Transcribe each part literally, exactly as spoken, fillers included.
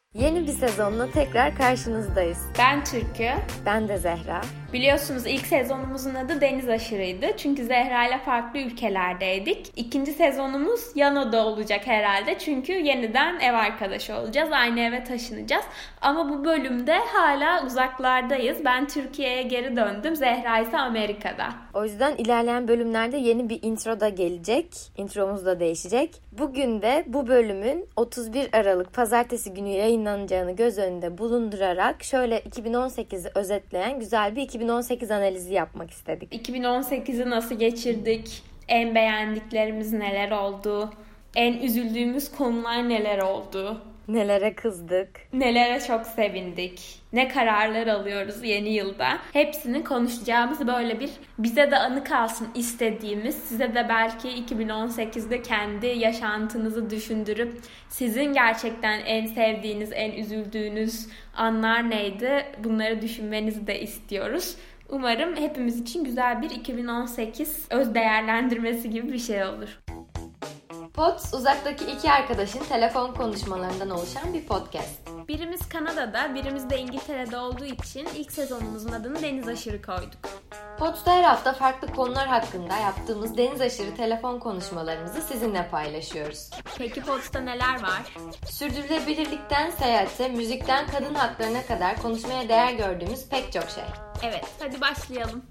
Yeni bir sezonla tekrar karşınızdayız. Ben Türkü. Ben de Zehra. Biliyorsunuz ilk sezonumuzun adı Deniz Aşırı'ydı. Çünkü Zehra ile farklı ülkelerdeydik. İkinci sezonumuz Yano'da olacak herhalde. Çünkü yeniden ev arkadaşı olacağız. Aynı eve taşınacağız. Ama bu bölümde hala uzaklardayız. Ben Türkiye'ye geri döndüm. Zehra ise Amerika'da. O yüzden ilerleyen bölümlerde yeni bir intro da gelecek. Intromuz da değişecek. Bugün de bu bölümün otuz bir Aralık Pazartesi günü yayınlanacağını göz önünde bulundurarak şöyle iki bin on sekizi özetleyen güzel bir iki bin on sekiz analizi yapmak istedik. iki bin on sekizi nasıl geçirdik? En beğendiklerimiz neler oldu? En üzüldüğümüz konular neler oldu? Nelere kızdık? Nelere çok sevindik? Ne kararlar alıyoruz yeni yılda? Hepsini konuşacağımız böyle bir bize de anı kalsın istediğimiz, size de belki iki bin on sekizde kendi yaşantınızı düşündürüp sizin gerçekten en sevdiğiniz, en üzüldüğünüz anlar neydi? Bunları düşünmenizi de istiyoruz. Umarım hepimiz için güzel bir iki bin on sekiz öz değerlendirmesi gibi bir şey olur. Pods, uzaktaki iki arkadaşın telefon konuşmalarından oluşan bir podcast. Birimiz Kanada'da, birimiz de İngiltere'de olduğu için ilk sezonumuzun adını Deniz Aşırı koyduk. Pods'ta her hafta farklı konular hakkında yaptığımız deniz aşırı telefon konuşmalarımızı sizinle paylaşıyoruz. Peki Pods'ta neler var? Sürdürülebilirlikten seyahate, müzikten kadın haklarına kadar konuşmaya değer gördüğümüz pek çok şey. Evet, hadi başlayalım.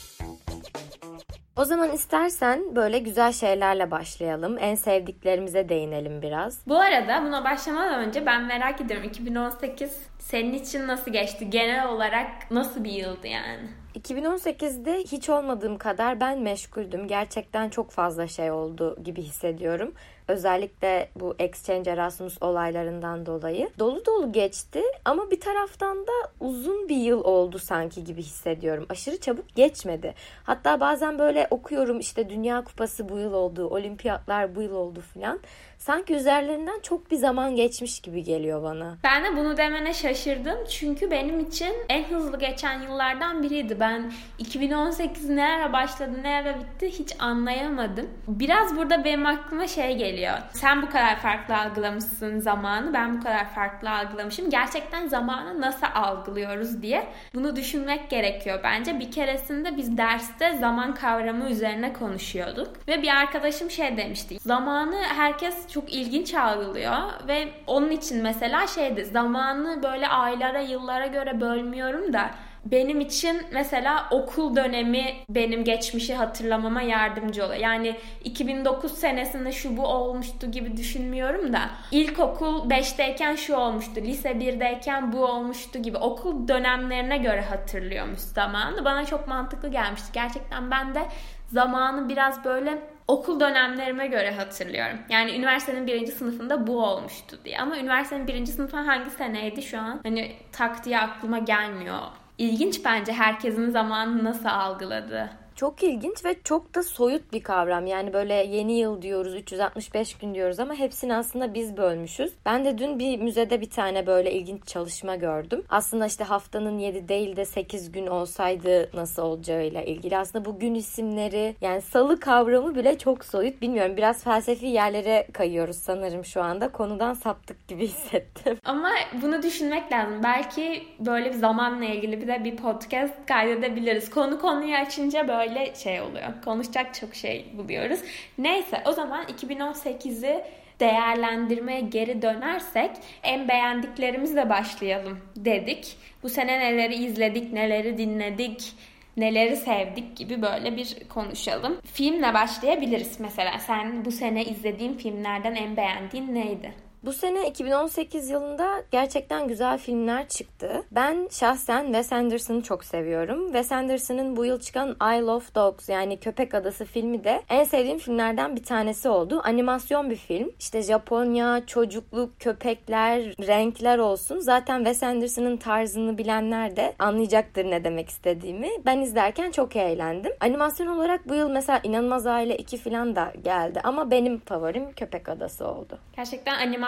O zaman istersen böyle güzel şeylerle başlayalım. En sevdiklerimize değinelim biraz. Bu arada buna başlamadan önce ben merak ediyorum. iki bin on sekiz senin için nasıl geçti? Genel olarak nasıl bir yıldı yani? iki bin on sekizde hiç olmadığım kadar ben meşguldüm. Gerçekten çok fazla şey oldu gibi hissediyorum. Özellikle bu Exchange Erasmus olaylarından dolayı. Dolu dolu geçti ama bir taraftan da uzun bir yıl oldu sanki gibi hissediyorum. Aşırı çabuk geçmedi. Hatta bazen böyle okuyorum işte Dünya Kupası bu yıl oldu, olimpiyatlar bu yıl oldu filan. Sanki üzerlerinden çok bir zaman geçmiş gibi geliyor bana. Ben de bunu demene şaşırdım. Çünkü benim için en hızlı geçen yıllardan biriydi. Ben iki bin on sekiz ne ara başladı, ne ara bitti hiç anlayamadım. Biraz burada benim aklıma şey geliyor. Sen bu kadar farklı algılamışsın zamanı, ben bu kadar farklı algılamışım. Gerçekten zamanı nasıl algılıyoruz diye bunu düşünmek gerekiyor bence. Bir keresinde biz derste zaman kavramı üzerine konuşuyorduk. Ve bir arkadaşım şey demişti. Zamanı herkes çok ilginç algılıyor ve onun için mesela şeydi, zamanı böyle aylara, yıllara göre bölmüyorum da benim için mesela okul dönemi benim geçmişi hatırlamama yardımcı oluyor. Yani iki bin dokuz senesinde şu bu olmuştu gibi düşünmüyorum da ilkokul beşteyken şu olmuştu, lise birdeyken bu olmuştu gibi okul dönemlerine göre hatırlıyormuş zamanı. Bana çok mantıklı gelmişti. Gerçekten ben de zamanı biraz böyle okul dönemlerime göre hatırlıyorum. Yani üniversitenin birinci sınıfında bu olmuştu diye. Ama üniversitenin birinci sınıfı hangi seneydi şu an? Hani tak diye aklıma gelmiyor. İlginç bence herkesin zamanını nasıl algıladığı. Çok ilginç ve çok da soyut bir kavram. Yani böyle yeni yıl diyoruz, üç yüz altmış beş gün diyoruz ama hepsini aslında biz bölmüşüz. Ben de dün bir müzede bir tane böyle ilginç çalışma gördüm. Aslında işte haftanın yedi değil de sekiz gün olsaydı nasıl olacağıyla ilgili. Aslında bu gün isimleri, yani salı kavramı bile çok soyut. Bilmiyorum, biraz felsefi yerlere kayıyoruz sanırım şu anda. Konudan saptık gibi hissettim. Ama bunu düşünmek lazım. Belki böyle bir zamanla ilgili bir de bir podcast kaydedebiliriz. Konu konuyu açınca böyle Böyle şey oluyor. Konuşacak çok şey buluyoruz. Neyse, o zaman iki bin on sekizi değerlendirmeye geri dönersek en beğendiklerimizle başlayalım dedik. Bu sene neleri izledik, neleri dinledik, neleri sevdik gibi böyle bir konuşalım. Filmle başlayabiliriz mesela. Sen bu sene izlediğin filmlerden en beğendiğin neydi? Bu sene iki bin on sekiz yılında gerçekten güzel filmler çıktı. Ben şahsen Wes Anderson'ı çok seviyorum. Wes Anderson'ın bu yıl çıkan I Love Dogs, yani Köpek Adası filmi de en sevdiğim filmlerden bir tanesi oldu. Animasyon bir film. İşte Japonya, çocukluk, köpekler, renkler olsun. Zaten Wes Anderson'ın tarzını bilenler de anlayacaktır ne demek istediğimi. Ben izlerken çok eğlendim. Animasyon olarak bu yıl mesela İnanılmaz Aile iki falan da geldi. Ama benim favorim Köpek Adası oldu. Gerçekten animasyon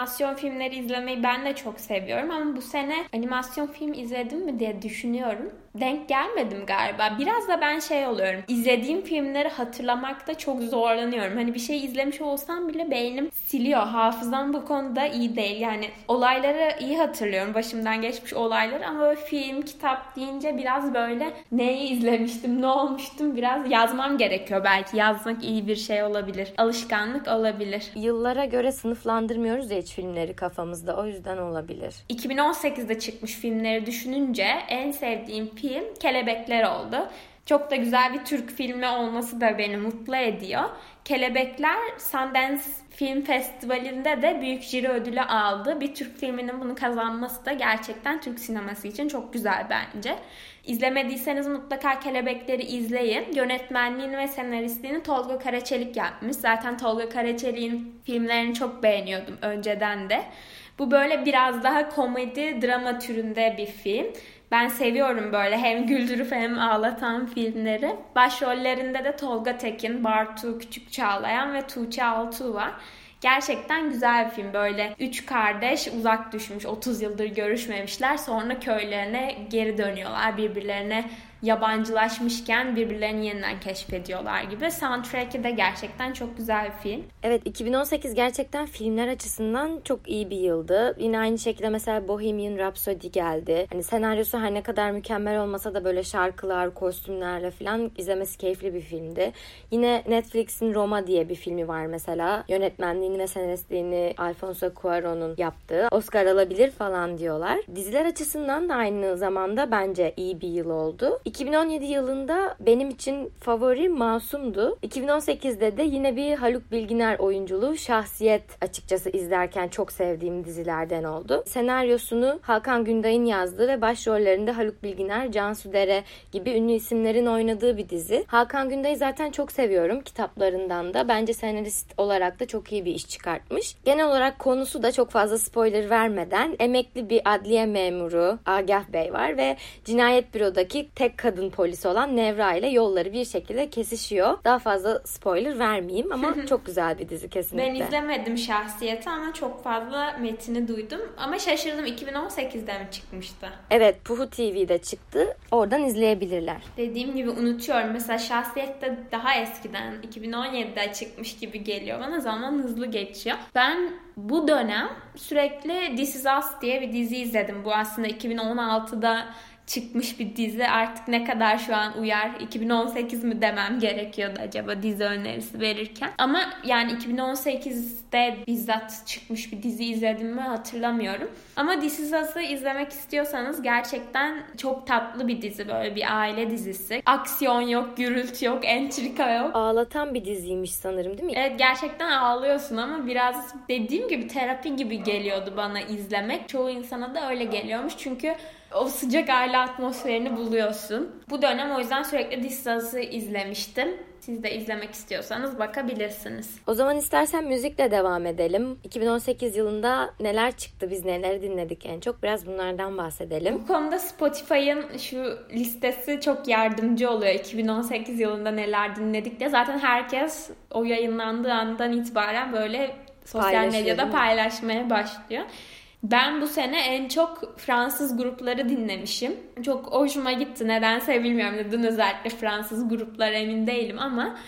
animasyon filmleri izlemeyi ben de çok seviyorum ama bu sene animasyon film izledim mi diye düşünüyorum. Denk gelmedim galiba. Biraz da ben şey oluyorum. İzlediğim filmleri hatırlamakta çok zorlanıyorum. Hani bir şey izlemiş olsam bile beynim siliyor. Hafızam bu konuda iyi değil. Yani olayları iyi hatırlıyorum. Başımdan geçmiş olayları ama böyle film, kitap deyince biraz böyle neyi izlemiştim, ne olmuştum biraz yazmam gerekiyor. Belki yazmak iyi bir şey olabilir. Alışkanlık olabilir. Yıllara göre sınıflandırmıyoruz ya hiç filmleri kafamızda. O yüzden olabilir. iki bin on sekizde çıkmış filmleri düşününce en sevdiğim film Kelebekler oldu. Çok da güzel bir Türk filmi olması da beni mutlu ediyor. Kelebekler Sundance Film Festivali'nde de büyük jüri ödülü aldı. Bir Türk filminin bunu kazanması da gerçekten Türk sineması için çok güzel bence. İzlemediyseniz mutlaka Kelebekleri izleyin. Yönetmenliğini ve senaristliğini Tolga Karaçelik yapmış. Zaten Tolga Karaçelik'in filmlerini çok beğeniyordum önceden de. Bu böyle biraz daha komedi, drama türünde bir film. Ben seviyorum böyle hem güldürüp hem ağlatan filmleri. Başrollerinde de Tolga Tekin, Bartu Küçükçağlayan ve Tuğçe Altuğ var. Gerçekten güzel bir film. Böyle üç kardeş uzak düşmüş, otuz yıldır görüşmemişler. Sonra köylerine geri dönüyorlar. Birbirlerine yabancılaşmışken birbirlerini yeniden keşfediyorlar gibi. Soundtrack'i de gerçekten çok güzel bir film. Evet, iki bin on sekiz gerçekten filmler açısından çok iyi bir yıldı. Yine aynı şekilde mesela Bohemian Rhapsody geldi. Hani senaryosu her ne kadar mükemmel olmasa da böyle şarkılar, kostümlerle falan izlemesi keyifli bir filmdi. Yine Netflix'in Roma diye bir filmi var mesela. Yönetmenliğini ve senaristliğini Alfonso Cuarón'un yaptığı. Oscar alabilir falan diyorlar. Diziler açısından da aynı zamanda bence iyi bir yıl oldu. iki bin on yedi yılında benim için favori Masum'du. iki bin on sekizde de yine bir Haluk Bilginer oyunculuğu Şahsiyet açıkçası izlerken çok sevdiğim dizilerden oldu. Senaryosunu Hakan Günday'ın yazdığı ve başrollerinde Haluk Bilginer, Cansu Dere gibi ünlü isimlerin oynadığı bir dizi. Hakan Günday'ı zaten çok seviyorum kitaplarından da. Bence senarist olarak da çok iyi bir iş çıkartmış. Genel olarak konusu da çok fazla spoiler vermeden emekli bir adliye memuru Agah Bey var ve cinayet bürodaki tek kadın polisi olan Nevra ile yolları bir şekilde kesişiyor. Daha fazla spoiler vermeyeyim ama çok güzel bir dizi kesinlikle. Ben izlemedim Şahsiyet'i ama çok fazla metini duydum. Ama şaşırdım, iki bin on sekizde mi çıkmıştı? Evet, Puhu T V'de çıktı. Oradan izleyebilirler. Dediğim gibi unutuyorum. Mesela Şahsiyet de daha eskiden iki bin on yedide çıkmış gibi geliyor bana. Zaman hızlı geçiyor. Ben bu dönem sürekli This Is Us diye bir dizi izledim. Bu aslında iki bin on altıda çıkmış bir dizi. Artık ne kadar şu an uyar, iki bin on sekiz mi demem gerekiyordu acaba dizi önerisi verirken. Ama yani iki bin on sekizde bizzat çıkmış bir dizi izledim mi hatırlamıyorum. Ama This Is Us'ı izlemek istiyorsanız gerçekten çok tatlı bir dizi. Böyle bir aile dizisi. Aksiyon yok, gürültü yok, entrika yok. Ağlatan bir diziymiş sanırım, değil mi? Evet, gerçekten ağlıyorsun ama biraz dediğim gibi terapi gibi geliyordu bana izlemek. Çoğu insana da öyle geliyormuş. Çünkü o sıcak aile atmosferini buluyorsun. Bu dönem o yüzden sürekli This Is Us'ı izlemiştim. Siz de izlemek istiyorsanız bakabilirsiniz. O zaman istersen müzikle devam edelim. iki bin on sekiz yılında neler çıktı, biz neleri dinledik en çok? Biraz bunlardan bahsedelim. Bu konuda Spotify'ın şu listesi çok yardımcı oluyor. iki bin on sekiz yılında neler dinledik diye. Zaten herkes o yayınlandığı andan itibaren böyle sosyal medyada paylaşmaya başlıyor. Ben bu sene en çok Fransız grupları dinlemişim. Çok hoşuma gitti. Nedense bilmiyorum. Neden özellikle Fransız gruplar emin değilim ama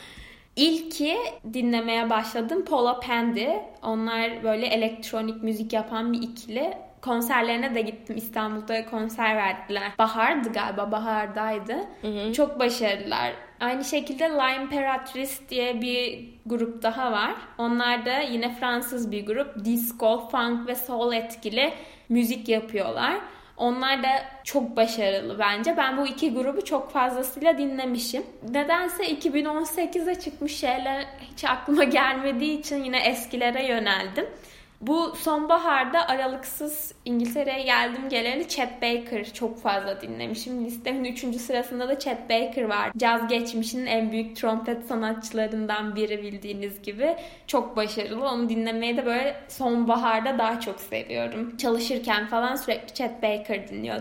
ilki dinlemeye başladım Paula Pandy. Onlar böyle elektronik müzik yapan bir ikili. Konserlerine de gittim. İstanbul'da konser verdiler. Bahar'dı galiba. Bahar'daydı. Hı hı. Çok başarılılar. Aynı şekilde La Imperatrice diye bir grup daha var. Onlar da yine Fransız bir grup. Disco, funk ve soul etkili müzik yapıyorlar. Onlar da çok başarılı bence. Ben bu iki grubu çok fazlasıyla dinlemişim. Nedense iki bin on sekizde çıkmış şeyler hiç aklıma gelmediği için yine eskilere yöneldim. Bu sonbaharda aralıksız İngiltere'ye geldim geleli Chet Baker çok fazla dinlemişim. Listemin üçüncü sırasında da Chet Baker var. Caz geçmişinin en büyük trompet sanatçılarından biri bildiğiniz gibi. Çok başarılı. Onu dinlemeyi de böyle sonbaharda daha çok seviyorum. Çalışırken falan sürekli Chet Baker dinliyordum.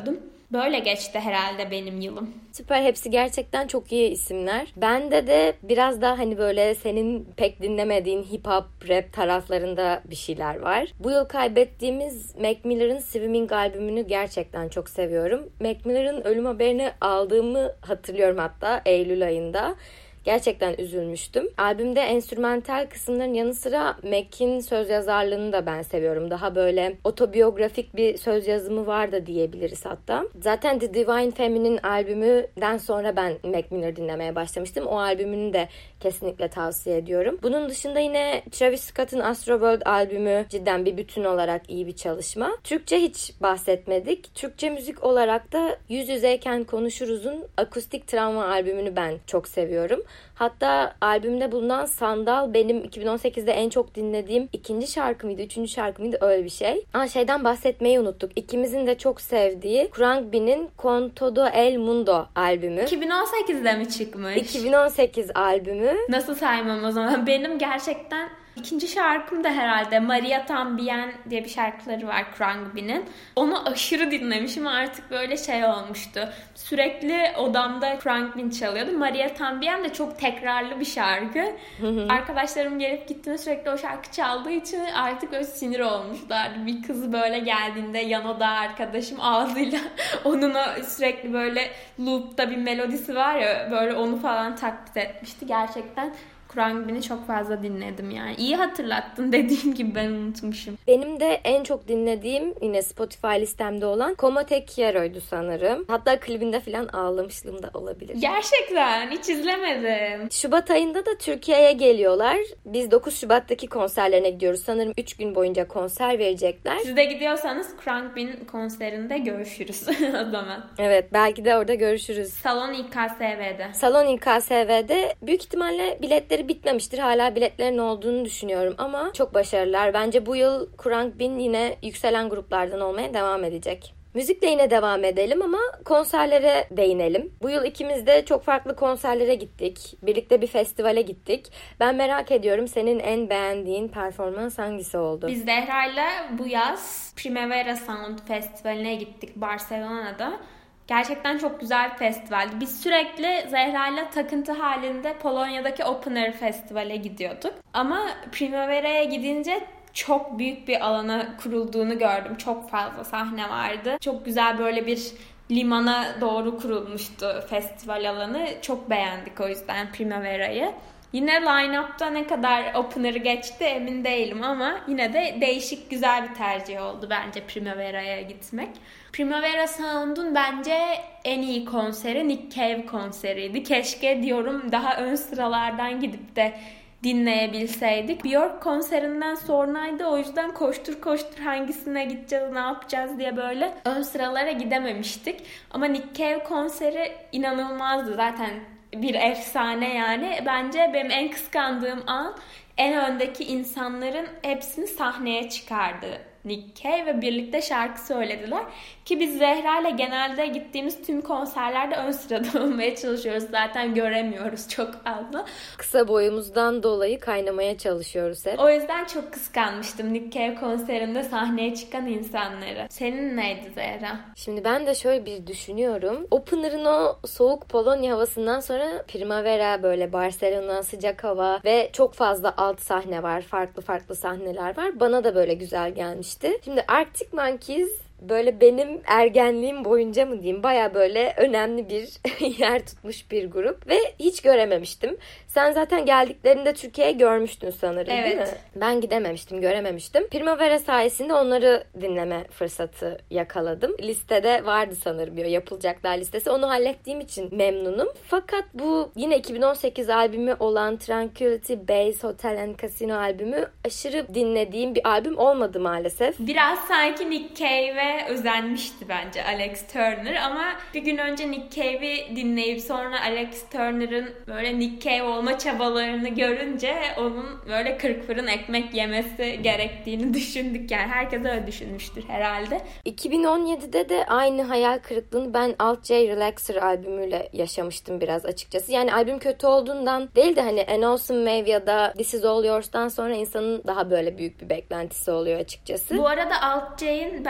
Böyle geçti herhalde benim yılım. Süper, hepsi gerçekten çok iyi isimler. Bende de biraz daha hani böyle senin pek dinlemediğin hip hop, rap taraflarında bir şeyler var. Bu yıl kaybettiğimiz Mac Miller'ın Swimming albümünü gerçekten çok seviyorum. Mac Miller'ın ölüm haberini aldığımı hatırlıyorum hatta Eylül ayında. Gerçekten üzülmüştüm. Albümde enstrümantal kısımların yanı sıra Mac'in söz yazarlığını da ben seviyorum. Daha böyle otobiyografik bir söz yazımı var da diyebiliriz hatta. Zaten The Divine Feminine albümünden sonra ben Mac Miller dinlemeye başlamıştım. O albümünü de kesinlikle tavsiye ediyorum. Bunun dışında yine Travis Scott'ın Astroworld albümü cidden bir bütün olarak iyi bir çalışma. Türkçe hiç bahsetmedik. Türkçe müzik olarak da Yüz Yüzeyken Konuşuruz'un Akustik Travma albümünü ben çok seviyorum. Hatta albümde bulunan Sandal benim iki bin on sekizde en çok dinlediğim ikinci şarkı mıydı, üçüncü şarkı mıydı, öyle bir şey. Ama şeyden bahsetmeyi unuttuk. İkimizin de çok sevdiği Khruangbin'in Con Todo El Mundo albümü. iki bin on sekizde mi çıkmış? iki bin on sekiz albümü. Nasıl saymam o zaman? Benim gerçekten İkinci şarkım da herhalde Maria Tambien diye bir şarkıları var Khruangbin'in. Onu aşırı dinlemişim, artık böyle şey olmuştu. Sürekli odamda Khruangbin çalıyordu. Maria Tambien de çok tekrarlı bir şarkı. Arkadaşlarım gelip gittiğinde sürekli o şarkı çaldığı için artık öyle sinir olmuşlardı. Bir kızı böyle geldiğinde yan oda arkadaşım ağzıyla onun o sürekli böyle loop'ta bir melodisi var ya, böyle onu falan taklit etmişti. Gerçekten Khruangbin'i çok fazla dinledim yani. İyi hatırlattın, dediğim gibi ben unutmuşum. Benim de en çok dinlediğim yine Spotify listemde olan Como Te Quiero'ydu sanırım. Hatta klibinde falan ağlamışlığım da olabilir. Gerçekten hiç izlemedim. Şubat ayında da Türkiye'ye geliyorlar. Biz dokuz Şubat'taki konserlerine gidiyoruz. Sanırım üç gün boyunca konser verecekler. Siz de gidiyorsanız Khruangbin konserinde görüşürüz o zaman. Evet, belki de orada görüşürüz. Salon İ K S V'de. Salon İ K S V'de büyük ihtimalle biletleri bitmemiştir. Hala biletlerin olduğunu düşünüyorum ama çok başarılılar. Bence bu yıl Khruangbin yine yükselen gruplardan olmaya devam edecek. Müzikle yine devam edelim ama konserlere değinelim. Bu yıl ikimiz de çok farklı konserlere gittik. Birlikte bir festivale gittik. Ben merak ediyorum, senin en beğendiğin performans hangisi oldu? Biz Zehra'yla bu yaz Primavera Sound Festivali'ne gittik Barcelona'da. Gerçekten çok güzel bir festivaldi. Biz sürekli Zehra'yla takıntı halinde Polonya'daki Open Air Festival'e gidiyorduk. Ama Primavera'ya gidince çok büyük bir alana kurulduğunu gördüm. Çok fazla sahne vardı. Çok güzel böyle bir limana doğru kurulmuştu festival alanı. Çok beğendik o yüzden Primavera'yı. Yine line-up'ta ne kadar Opener'ı geçti emin değilim ama yine de değişik, güzel bir tercih oldu bence Primavera'ya gitmek. Primavera Sound'un bence en iyi konseri Nick Cave konseriydi. Keşke diyorum daha ön sıralardan gidip de dinleyebilseydik. Björk konserinden sonraydı, o yüzden koştur koştur hangisine gideceğiz, ne yapacağız diye böyle ön sıralara gidememiştik. Ama Nick Cave konseri inanılmazdı zaten. Bir efsane yani. Bence benim en kıskandığım an en öndeki insanların hepsini sahneye çıkardı Nick Cave ve birlikte şarkı söylediler. Ki biz Zehra ile genelde gittiğimiz tüm konserlerde ön sırada olmaya çalışıyoruz. Zaten göremiyoruz çok fazla. Kısa boyumuzdan dolayı kaynamaya çalışıyoruz hep. O yüzden çok kıskanmıştım Nick Cave konserinde sahneye çıkan insanları. Senin neydi Zehra? Şimdi ben de şöyle bir düşünüyorum. Opener'ın o soğuk Polonya havasından sonra Primavera, böyle Barcelona, sıcak hava ve çok fazla alt sahne var. Farklı farklı sahneler var. Bana da böyle güzel gelmişti. Şimdi Arctic Monkeys böyle benim ergenliğim boyunca mı diyeyim, baya böyle önemli bir yer tutmuş bir grup ve hiç görememiştim. Sen zaten geldiklerinde Türkiye'ye görmüştün sanırım, evet, değil mi? Ben gidememiştim, görememiştim. Primavera sayesinde onları dinleme fırsatı yakaladım. Listede vardı sanırım, yapılacaklar listesi. Onu hallettiğim için memnunum. Fakat bu yine iki bin on sekiz albümü olan Tranquility Base Hotel and Casino albümü aşırı dinlediğim bir albüm olmadı maalesef. Biraz sanki Nick Cave'e özenmişti bence Alex Turner ama bir gün önce Nick Cave'i dinleyip sonra Alex Turner'ın böyle Nick Cave olma çabalarını görünce onun böyle kırk fırın ekmek yemesi gerektiğini düşündük. Yani herkes öyle düşünmüştür herhalde. iki bin on yedide de aynı hayal kırıklığını ben Alt J Relaxer albümüyle yaşamıştım biraz açıkçası. Yani albüm kötü olduğundan değil de hani An Awesome Wave ya da This Is All Yours'tan sonra insanın daha böyle büyük bir beklentisi oluyor açıkçası. Bu arada Alt J'in bence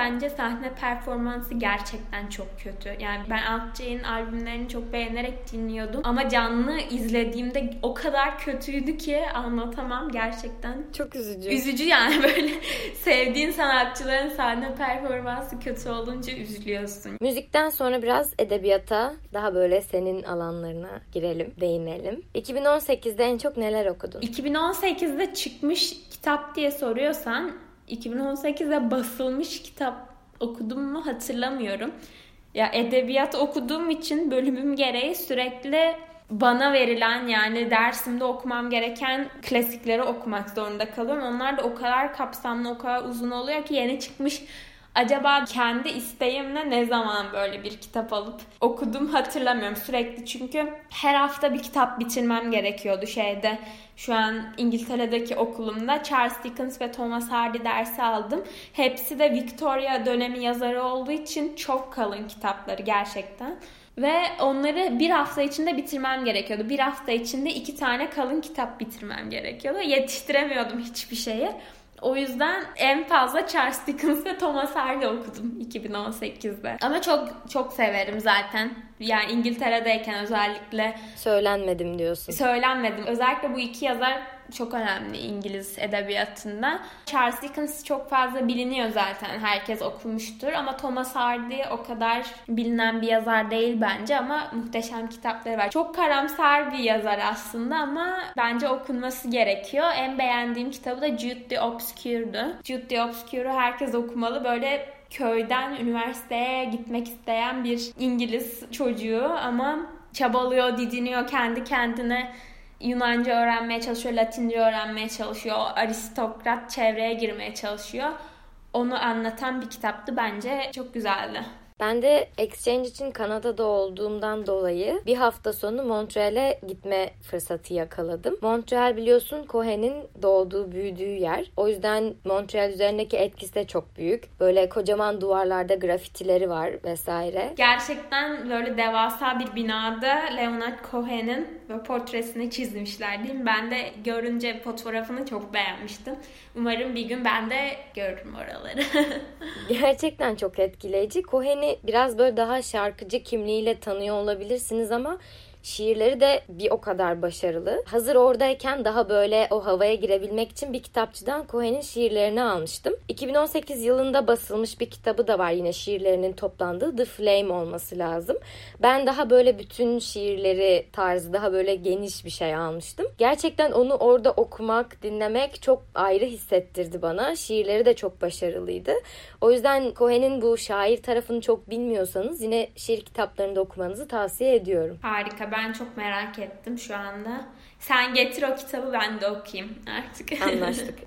sahne performansı gerçekten çok kötü. Yani ben Altçay'ın albümlerini çok beğenerek dinliyordum. Ama canlı izlediğimde o kadar kötüydü ki anlatamam gerçekten. Çok üzücü. Üzücü yani, böyle sevdiğin sanatçıların sahne performansı kötü olunca üzülüyorsun. Müzikten sonra biraz edebiyata, daha böyle senin alanlarına girelim, değinelim. iki bin on sekizde en çok neler okudun? iki bin on sekizde çıkmış kitap diye soruyorsan, iki bin on sekizde basılmış kitap okudum mu hatırlamıyorum. Ya edebiyat okuduğum için bölümüm gereği sürekli bana verilen, yani dersimde okumam gereken klasikleri okumak zorunda kalıyorum. Onlar da o kadar kapsamlı, o kadar uzun oluyor ki yeni çıkmış. Acaba kendi isteğimle ne zaman böyle bir kitap alıp okudum hatırlamıyorum sürekli. Çünkü her hafta bir kitap bitirmem gerekiyordu şeyde. Şu an İngiltere'deki okulumda Charles Dickens ve Thomas Hardy dersi aldım. Hepsi de Victoria dönemi yazarı olduğu için çok kalın kitapları gerçekten. Ve onları bir hafta içinde bitirmem gerekiyordu. Bir hafta içinde iki tane kalın kitap bitirmem gerekiyordu. Yetiştiremiyordum hiçbir şeyi. O yüzden en fazla Charles Dickens ve Thomas Hardy okudum iki bin on sekizde. Ama çok çok severim zaten. Yani İngiltere'deyken özellikle. Söylenmedim diyorsun. Söylenmedim. Özellikle bu iki yazar çok önemli İngiliz edebiyatında. Charles Dickens çok fazla biliniyor zaten. Herkes okumuştur. Ama Thomas Hardy o kadar bilinen bir yazar değil bence, ama muhteşem kitapları var. Çok karamsar bir yazar aslında ama bence okunması gerekiyor. En beğendiğim kitabı da Jude the Obscure'du. Jude the Obscure'u herkes okumalı. Böyle köyden üniversiteye gitmek isteyen bir İngiliz çocuğu ama çabalıyor, didiniyor, kendi kendine Yunanca öğrenmeye çalışıyor, Latince öğrenmeye çalışıyor, aristokrat çevreye girmeye çalışıyor. Onu anlatan bir kitaptı, bence çok güzeldi. Ben de exchange için Kanada'da olduğumdan dolayı bir hafta sonu Montreal'e gitme fırsatı yakaladım. Montreal biliyorsun Cohen'in doğduğu, büyüdüğü yer. O yüzden Montreal üzerindeki etkisi de çok büyük. Böyle kocaman duvarlarda grafitileri var vesaire. Gerçekten böyle devasa bir binada Leonard Cohen'in portresini çizmişler değil mi? Ben de görünce fotoğrafını çok beğenmiştim. Umarım bir gün ben de görürüm oraları. Gerçekten çok etkileyici. Cohen'i biraz böyle daha şarkıcı kimliğiyle tanıyor olabilirsiniz ama şiirleri de bir o kadar başarılı. Hazır oradayken daha böyle o havaya girebilmek için bir kitapçıdan Cohen'in şiirlerini almıştım. iki bin on sekiz yılında basılmış bir kitabı da var yine şiirlerinin toplandığı. The Flame olması lazım. Ben daha böyle bütün şiirleri tarzı daha böyle geniş bir şey almıştım. Gerçekten onu orada okumak, dinlemek çok ayrı hissettirdi bana. Şiirleri de çok başarılıydı. O yüzden Cohen'in bu şair tarafını çok bilmiyorsanız yine şiir kitaplarını da okumanızı tavsiye ediyorum. Harika. Ben çok merak ettim şu anda. Sen getir o kitabı, ben de okuyayım artık. Anlaştık.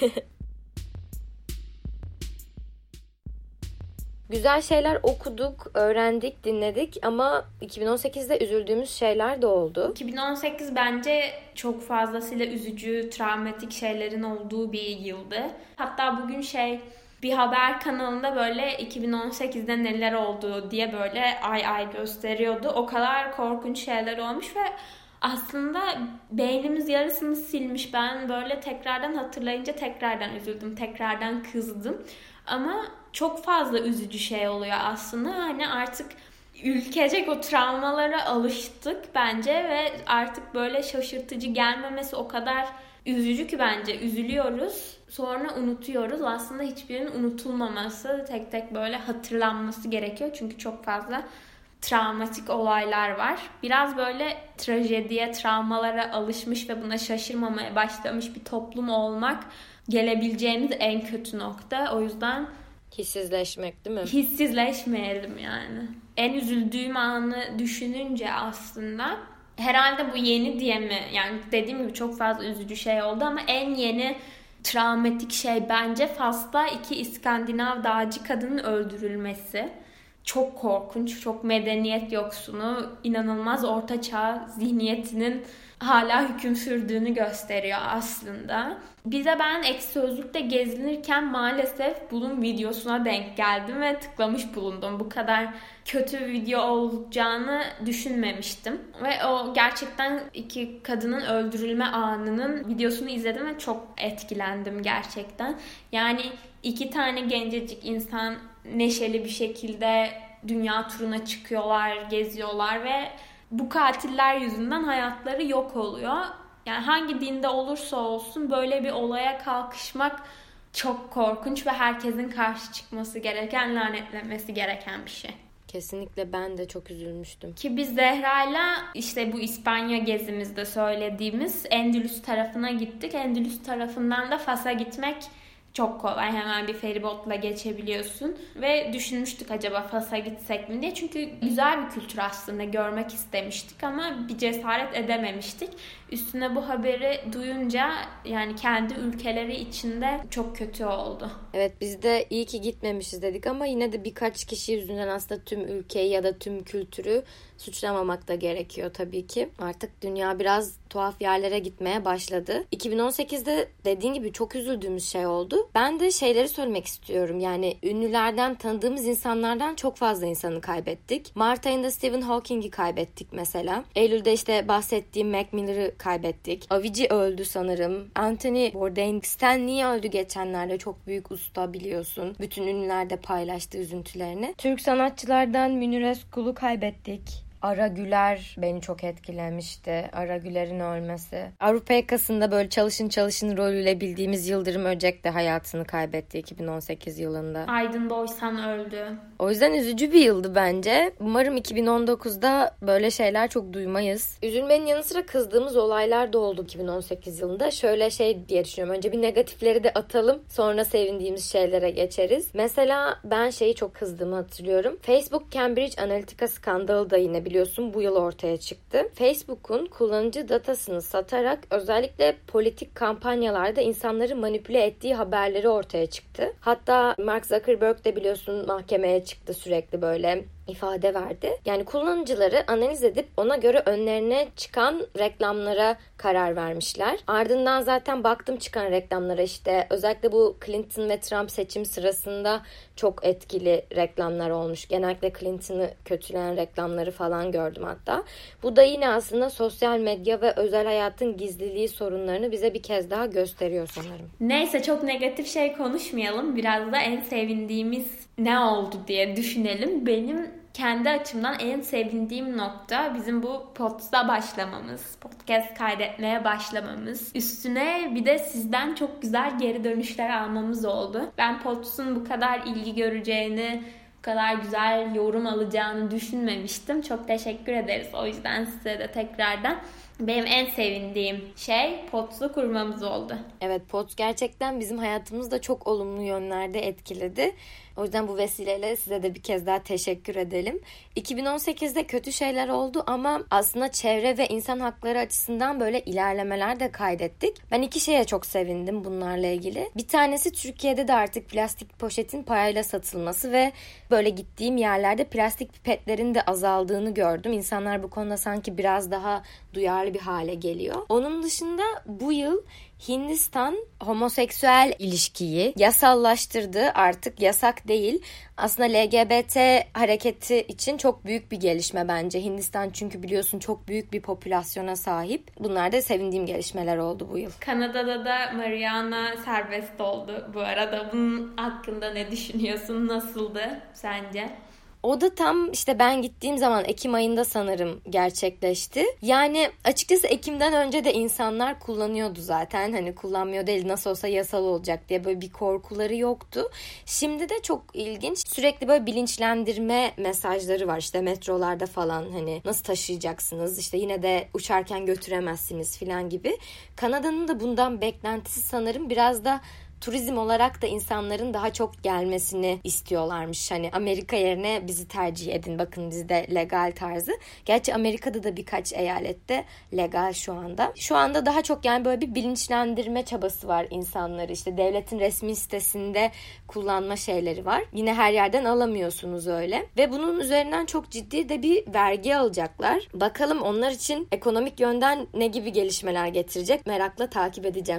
Güzel şeyler okuduk, öğrendik, dinledik ama iki bin on sekizde üzüldüğümüz şeyler de oldu. iki bin on sekiz bence çok fazlasıyla üzücü, travmatik şeylerin olduğu bir yıldı. Hatta bugün şey... Bir haber kanalında böyle iki bin on sekizde neler oldu diye böyle ay ay gösteriyordu. O kadar korkunç şeyler olmuş ve aslında beynimiz yarısını silmiş. Ben böyle tekrardan hatırlayınca tekrardan üzüldüm, tekrardan kızdım. Ama çok fazla üzücü şey oluyor aslında. Hani artık ülkecek o travmalara alıştık bence ve artık böyle şaşırtıcı gelmemesi o kadar üzücü ki bence. Üzülüyoruz, sonra unutuyoruz. Aslında hiçbirinin unutulmaması, tek tek böyle hatırlanması gerekiyor. Çünkü çok fazla travmatik olaylar var. Biraz böyle trajediye, travmalara alışmış ve buna şaşırmamaya başlamış bir toplum olmak gelebileceğimiz en kötü nokta. O yüzden hissizleşmek değil mi? Hissizleşmeyelim yani. En üzüldüğüm anı düşününce aslında herhalde bu yeni diye mi? Yani dediğim gibi çok fazla üzücü şey oldu ama en yeni travmatik şey bence Fas'ta iki İskandinav dağcı kadının öldürülmesi. Çok korkunç, çok medeniyet yoksunu, inanılmaz ortaçağ zihniyetinin hala hüküm sürdüğünü gösteriyor aslında. Bir de ben Ekşi Sözlük'te gezinirken maalesef bunun videosuna denk geldim ve tıklamış bulundum. Bu kadar kötü bir video olacağını düşünmemiştim. Ve o gerçekten iki kadının öldürülme anının videosunu izledim ve çok etkilendim gerçekten. Yani iki tane gencecik insan neşeli bir şekilde dünya turuna çıkıyorlar, geziyorlar ve bu katiller yüzünden hayatları yok oluyor. Yani hangi dinde olursa olsun böyle bir olaya kalkışmak çok korkunç ve herkesin karşı çıkması gereken, lanetlenmesi gereken bir şey. Kesinlikle ben de çok üzülmüştüm. Ki biz Zehra'yla işte bu İspanya gezimizde söylediğimiz Endülüs tarafına gittik. Endülüs tarafından da Fas'a gitmek çok kolay. Hemen bir feribotla geçebiliyorsun. Ve düşünmüştük acaba Fas'a gitsek mi diye. Çünkü güzel bir kültür aslında, görmek istemiştik ama bir cesaret edememiştik. Üstüne bu haberi duyunca yani kendi ülkeleri içinde çok kötü oldu. Evet, biz de iyi ki gitmemişiz dedik ama yine de birkaç kişi yüzünden aslında tüm ülkeyi ya da tüm kültürü suçlamamak da gerekiyor tabii ki. Artık dünya biraz tuhaf yerlere gitmeye başladı. iki bin on sekizde dediğin gibi çok üzüldüğümüz şey oldu. Ben de şeyleri söylemek istiyorum. Yani ünlülerden, tanıdığımız insanlardan çok fazla insanı kaybettik. Mart ayında Stephen Hawking'i kaybettik mesela. Eylül'de işte bahsettiğim Mac Miller'ı kaybettik. Avicii öldü sanırım. Anthony Bourdain, Stan Lee öldü geçenlerde. Çok büyük usta biliyorsun. Bütün ünlüler de paylaştı üzüntülerini. Türk sanatçılardan Münir Özkul'u kaybettik. Ara Güler beni çok etkilemişti. Ara Güler'in ölmesi. Avrupa Yakası'nda böyle çalışın çalışın rolüyle bildiğimiz Yıldırım Öcek de hayatını kaybetti iki bin on sekiz yılında. Aydın Boysan öldü. O yüzden üzücü bir yıldı bence. Umarım iki bin on dokuzda böyle şeyler çok duymayız. Üzülmenin yanı sıra kızdığımız olaylar da oldu iki bin on sekiz yılında. Şöyle şey diye düşünüyorum. Önce bir negatifleri de atalım. Sonra sevindiğimiz şeylere geçeriz. Mesela ben şeyi çok kızdığımı hatırlıyorum. Facebook Cambridge Analytica skandalı da yine biliyorsun bu yıl ortaya çıktı. Facebook'un kullanıcı datasını satarak özellikle politik kampanyalarda insanları manipüle ettiği haberleri ortaya çıktı. Hatta Mark Zuckerberg de biliyorsun mahkemeye çıktı, sürekli böyle ifade verdi. Yani kullanıcıları analiz edip ona göre önlerine çıkan reklamlara karar vermişler. Ardından zaten baktım çıkan reklamlara, işte özellikle bu Clinton ve Trump seçim sırasında çok etkili reklamlar olmuş. Genellikle Clinton'ı kötüleyen reklamları falan gördüm hatta. Bu da yine aslında sosyal medya ve özel hayatın gizliliği sorunlarını bize bir kez daha gösteriyor sanırım. Neyse, çok negatif şey konuşmayalım. Biraz da en sevindiğimiz ne oldu diye düşünelim. Benim kendi açımdan en sevindiğim nokta bizim bu podcast'a başlamamız, podcast kaydetmeye başlamamız. Üstüne bir de sizden çok güzel geri dönüşler almamız oldu. Ben podcast'ın bu kadar ilgi göreceğini, bu kadar güzel yorum alacağını düşünmemiştim. Çok teşekkür ederiz. O yüzden size de tekrardan. Benim en sevindiğim şey Pods'u kurmamız oldu. Evet, Pods gerçekten bizim hayatımızda çok olumlu yönlerde etkiledi. O yüzden bu vesileyle size de bir kez daha teşekkür edelim. iki bin on sekizde kötü şeyler oldu ama aslında çevre ve insan hakları açısından böyle ilerlemeler de kaydettik. Ben iki şeye çok sevindim bunlarla ilgili. Bir tanesi Türkiye'de de artık plastik poşetin parayla satılması ve böyle gittiğim yerlerde plastik pipetlerin de azaldığını gördüm. İnsanlar bu konuda sanki biraz daha duyarlı bir hale geliyor. Onun dışında bu yıl Hindistan homoseksüel ilişkiyi yasallaştırdı. Artık yasak değil. Aslında L G B T hareketi için çok büyük bir gelişme bence. Hindistan çünkü biliyorsun çok büyük bir popülasyona sahip. Bunlar da sevindiğim gelişmeler oldu bu yıl. Kanada'da da marijuana serbest oldu bu arada. Bunun hakkında ne düşünüyorsun? Nasıldı sence? O da tam işte ben gittiğim zaman Ekim ayında sanırım gerçekleşti. Yani açıkçası Ekim'den önce de insanlar kullanıyordu zaten. Hani kullanmıyor değil, nasıl olsa yasal olacak diye böyle bir korkuları yoktu. Şimdi de çok ilginç. Sürekli böyle bilinçlendirme mesajları var. İşte metrolarda falan, hani nasıl taşıyacaksınız? İşte yine de uçarken götüremezsiniz falan gibi. Kanada'nın da bundan beklentisi sanırım biraz da turizm olarak da insanların daha çok gelmesini istiyorlarmış. Hani Amerika yerine bizi tercih edin, bakın bizde legal tarzı. Gerçi Amerika'da da birkaç eyalette legal şu anda. Şu anda daha çok yani böyle bir bilinçlendirme çabası var insanları. İşte devletin resmi sitesinde kullanma şeyleri var. Yine her yerden alamıyorsunuz öyle. Ve bunun üzerinden çok ciddi de bir vergi alacaklar. Bakalım onlar için ekonomik yönden ne gibi gelişmeler getirecek, merakla takip edeceğim.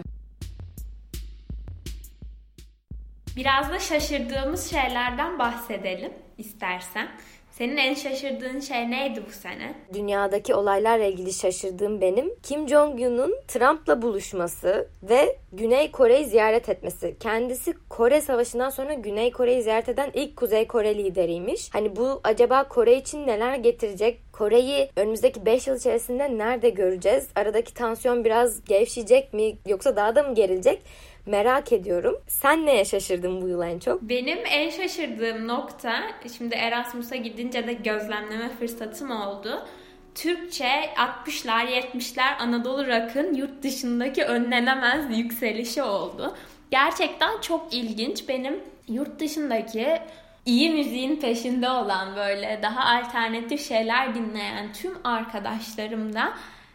Biraz da şaşırdığımız şeylerden bahsedelim istersen. Senin en şaşırdığın şey neydi bu sene? Dünyadaki olaylarla ilgili şaşırdığım benim Kim Jong-un'un Trump'la buluşması ve Güney Kore'yi ziyaret etmesi. Kendisi Kore Savaşı'ndan sonra Güney Kore'yi ziyaret eden ilk Kuzey Kore lideriymiş. Hani bu acaba Kore için neler getirecek? Kore'yi önümüzdeki beş yıl içerisinde nerede göreceğiz? Aradaki tansiyon biraz gevşeyecek mi yoksa daha da mı gerilecek? Merak ediyorum. Sen neye şaşırdın bu yıl en çok? Benim en şaşırdığım nokta, şimdi Erasmus'a gidince de gözlemleme fırsatım oldu. Türkçe altmışlar yetmişler Anadolu Rock'ın yurt dışındaki önlenemez yükselişi oldu. Gerçekten çok ilginç. Benim yurt dışındaki iyi müziğin peşinde olan, böyle daha alternatif şeyler dinleyen tüm arkadaşlarımda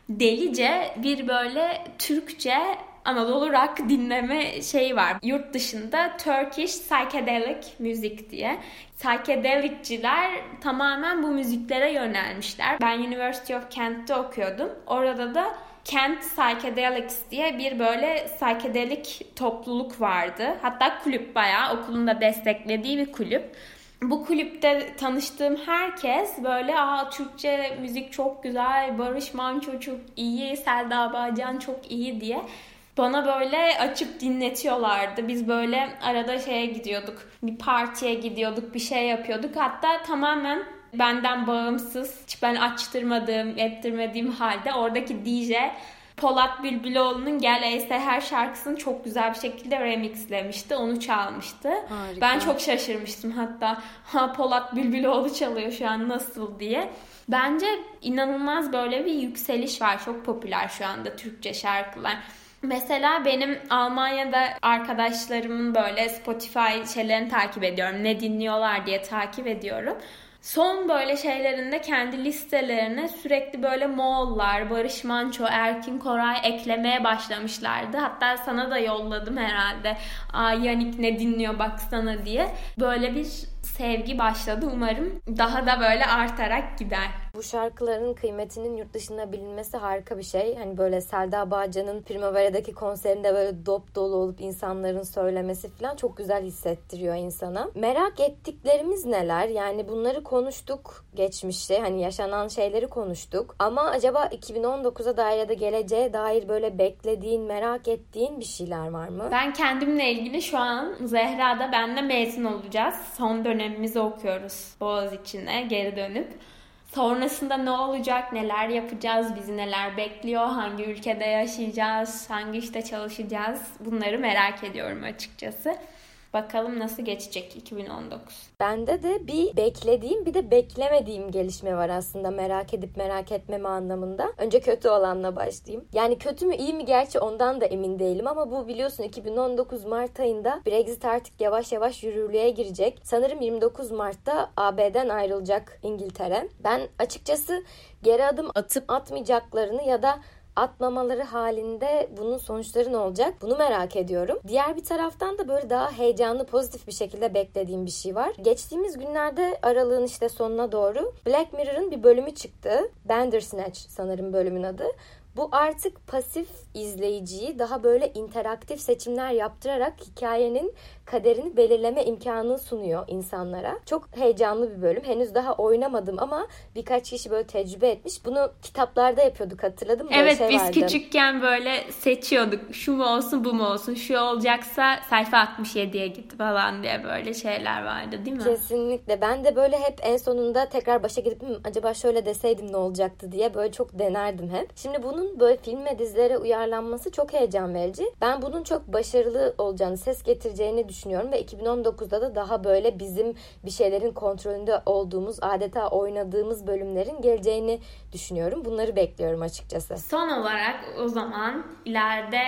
delice bir böyle Türkçe Anadolu rock dinleme şeyi var. Yurt dışında Turkish Psychedelic Music diye. Psychedelicciler tamamen bu müziklere yönelmişler. Ben University of Kent'te okuyordum. Orada da Kent Psychedelics diye bir böyle psychedelic topluluk vardı. Hatta kulüp, bayağı okulun da desteklediği bir kulüp. Bu kulüpte tanıştığım herkes böyle aa Türkçe müzik çok güzel, Barış Manço çok iyi, Selda Bağcan çok iyi diye bana böyle açıp dinletiyorlardı. Biz böyle arada şeye gidiyorduk, bir partiye gidiyorduk, bir şey yapıyorduk. Hatta tamamen benden bağımsız, hiç ben açtırmadığım, ettirmediğim halde oradaki D J Polat Bülbüloğlu'nun Gel Ey Seher şarkısını çok güzel bir şekilde remixlemişti. Onu çalmıştı. Harika. Ben çok şaşırmıştım hatta. Ha, Polat Bülbüloğlu çalıyor şu an, nasıl diye. Bence inanılmaz böyle bir yükseliş var. Çok popüler şu anda Türkçe şarkılar. Mesela benim Almanya'da arkadaşlarımın böyle Spotify şeylerini takip ediyorum. Ne dinliyorlar diye takip ediyorum. Son böyle şeylerinde kendi listelerine sürekli böyle Moğollar, Barış Manço, Erkin Koray eklemeye başlamışlardı. Hatta sana da yolladım herhalde. Aa, Yannick ne dinliyor baksana diye. Böyle bir sevgi başladı. Umarım daha da böyle artarak gider. Bu şarkıların kıymetinin yurt dışında bilinmesi harika bir şey. Hani böyle Selda Bağcan'ın Primavera'daki konserinde böyle dop dolu olup insanların söylemesi falan çok güzel hissettiriyor insana. Merak ettiklerimiz neler? Yani bunları konuştuk geçmişte. Hani yaşanan şeyleri konuştuk. Ama acaba iki bin on dokuza dair ya da geleceğe dair böyle beklediğin, merak ettiğin bir şeyler var mı? Ben kendimle ilgili şu an Zehra'da benle mezun olacağız. Son dönemimizi okuyoruz Boğaziçi'ne geri dönüp. Sonrasında ne olacak, neler yapacağız, bizi neler bekliyor, hangi ülkede yaşayacağız, hangi işte çalışacağız, bunları merak ediyorum açıkçası. Bakalım nasıl geçecek iki bin on dokuz. Bende de bir beklediğim bir de beklemediğim gelişme var aslında, merak edip merak etmeme anlamında. Önce kötü olanla başlayayım. Yani kötü mü iyi mi gerçi ondan da emin değilim ama bu biliyorsun iki bin on dokuz Mart ayında Brexit artık yavaş yavaş yürürlüğe girecek. Sanırım yirmi dokuz Mart'ta A B'den ayrılacak İngiltere. Ben açıkçası geri adım atıp atmayacaklarını ya da atmamaları halinde bunun sonuçları ne olacak? Bunu merak ediyorum. Diğer bir taraftan da böyle daha heyecanlı, pozitif bir şekilde beklediğim bir şey var. Geçtiğimiz günlerde aralığın işte sonuna doğru Black Mirror'ın bir bölümü çıktı. Bandersnatch sanırım bölümün adı. Bu artık pasif izleyiciyi daha böyle interaktif seçimler yaptırarak hikayenin kaderini belirleme imkanını sunuyor insanlara. Çok heyecanlı bir bölüm. Henüz daha oynamadım ama birkaç kişi böyle tecrübe etmiş. Bunu kitaplarda yapıyorduk, hatırladın mı? Evet, şey biz vardı. Küçükken böyle seçiyorduk. Şu mu olsun bu mu olsun, şu olacaksa sayfa altmış yediye git falan diye böyle şeyler vardı değil mi? Kesinlikle. Ben de böyle hep en sonunda tekrar başa gidip acaba şöyle deseydim ne olacaktı diye böyle çok denerdim hep. Şimdi bunun böyle film ve dizilere uyarlanması çok heyecan verici. Ben bunun çok başarılı olacağını, ses getireceğini düşünüyorum ve iki bin on dokuzda da daha böyle bizim bir şeylerin kontrolünde olduğumuz, adeta oynadığımız bölümlerin geleceğini düşünüyorum. Bunları bekliyorum açıkçası. Son olarak o zaman ileride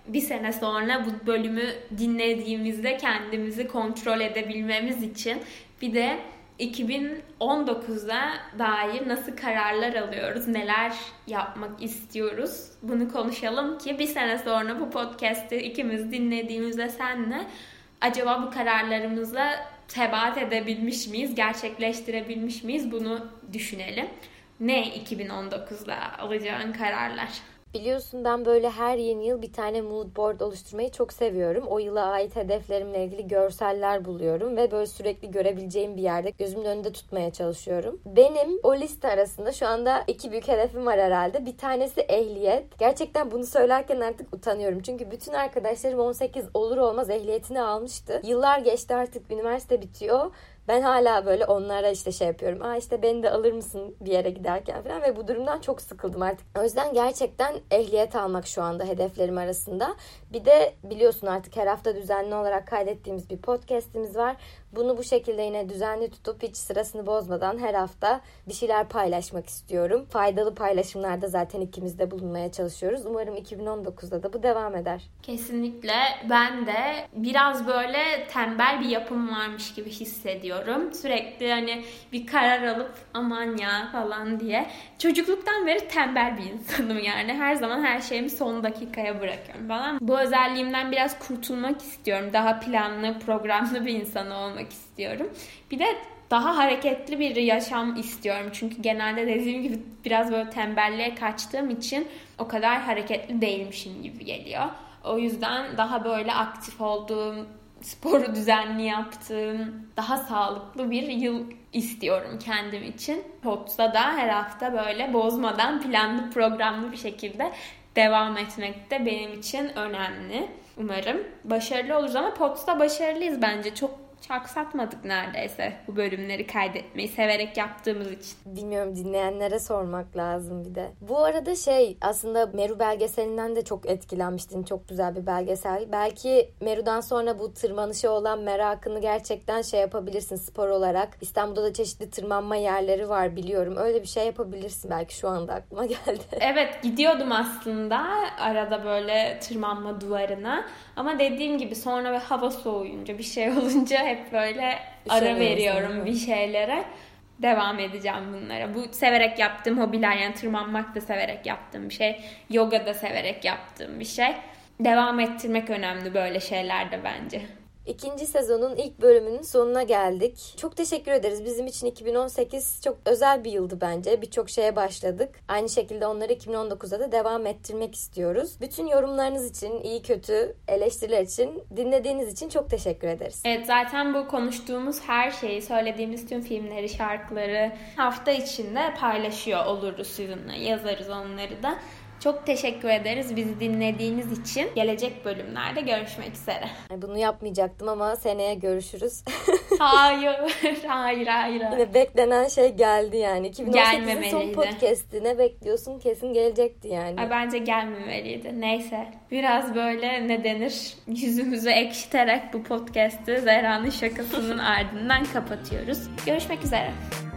bir sene sonra bu bölümü dinlediğimizde kendimizi kontrol edebilmemiz için bir de iki bin on dokuza dair nasıl kararlar alıyoruz, neler yapmak istiyoruz bunu konuşalım ki bir sene sonra bu podcast'i ikimiz dinlediğimizde senle acaba bu kararlarımıza tebat edebilmiş miyiz, gerçekleştirebilmiş miyiz bunu düşünelim. Ne iki bin on dokuzda alacağın kararlar? Biliyorsun ben böyle her yeni yıl bir tane mood board oluşturmayı çok seviyorum. O yıla ait hedeflerimle ilgili görseller buluyorum ve böyle sürekli görebileceğim bir yerde gözümün önünde tutmaya çalışıyorum. Benim o liste arasında şu anda iki büyük hedefim var herhalde. Bir tanesi ehliyet. Gerçekten bunu söylerken artık utanıyorum. Çünkü bütün arkadaşlarım on sekiz olur olmaz ehliyetini almıştı. Yıllar geçti, artık üniversite bitiyor. Ben hala böyle onlara işte şey yapıyorum. Aa işte beni de alır mısın bir yere giderken falan ve bu durumdan çok sıkıldım artık. O yüzden gerçekten ehliyet almak şu anda hedeflerim arasında. Bir de biliyorsun artık her hafta düzenli olarak kaydettiğimiz bir podcast'imiz var. Bunu bu şekilde yine düzenli tutup hiç sırasını bozmadan her hafta bir şeyler paylaşmak istiyorum. Faydalı paylaşımlarda zaten ikimiz de bulunmaya çalışıyoruz. Umarım iki bin on dokuzda da bu devam eder. Kesinlikle. Ben de biraz böyle tembel bir yapım varmış gibi hissediyorum. Sürekli hani bir karar alıp aman ya falan diye. Çocukluktan beri tembel bir insanım yani. Her zaman her şeyimi son dakikaya bırakıyorum falan. Bu özelliğimden biraz kurtulmak istiyorum. Daha planlı, programlı bir insan olmak istiyorum. Bir de daha hareketli bir yaşam istiyorum. Çünkü genelde dediğim gibi biraz böyle tembelliğe kaçtığım için o kadar hareketli değilmişim gibi geliyor. O yüzden daha böyle aktif olduğum, sporu düzenli yaptığım, daha sağlıklı bir yıl istiyorum kendim için. Pots'a da her hafta böyle bozmadan planlı programlı bir şekilde devam etmek de benim için önemli. Umarım başarılı oluruz ama Pots'ta başarılıyız bence. Çok aksatmadık neredeyse bu bölümleri kaydetmeyi severek yaptığımız için. Bilmiyorum, dinleyenlere sormak lazım bir de. Bu arada şey, aslında Meru belgeselinden de çok etkilenmiştin. Çok güzel bir belgesel. Belki Meru'dan sonra bu tırmanışa olan merakını gerçekten şey yapabilirsin spor olarak. İstanbul'da da çeşitli tırmanma yerleri var biliyorum. Öyle bir şey yapabilirsin belki, şu anda aklıma geldi. Evet, gidiyordum aslında arada böyle tırmanma duvarına. Ama dediğim gibi sonra ve hava soğuyunca, bir şey olunca hep böyle ara veriyorum bir şeylere. Devam edeceğim bunlara. Bu severek yaptığım hobiler, yani tırmanmak da severek yaptığım bir şey. Yoga da severek yaptığım bir şey. Devam ettirmek önemli böyle şeylerde bence. İkinci sezonun ilk bölümünün sonuna geldik. Çok teşekkür ederiz. Bizim için iki bin on sekiz çok özel bir yıldı bence. Birçok şeye başladık. Aynı şekilde onları iki bin on dokuzda da devam ettirmek istiyoruz. Bütün yorumlarınız için, iyi kötü eleştiriler için, dinlediğiniz için çok teşekkür ederiz. Evet, zaten bu konuştuğumuz her şeyi, söylediğimiz tüm filmleri, şarkıları hafta içinde paylaşıyor oluruz sizinle. Yazarız onları da. Çok teşekkür ederiz bizi dinlediğiniz için. Gelecek bölümlerde görüşmek üzere. Bunu yapmayacaktım ama seneye görüşürüz. Hayır, hayır, hayır. Yine beklenen şey geldi yani. iki bin on sekizin son podcast'i, ne bekliyorsun? Kesin gelecekti yani. Ay, bence gelmemeliydi. Neyse. Biraz böyle ne denir? Yüzümüzü ekşiterek bu podcast'i Zehra'nın şakasının ardından kapatıyoruz. Görüşmek üzere.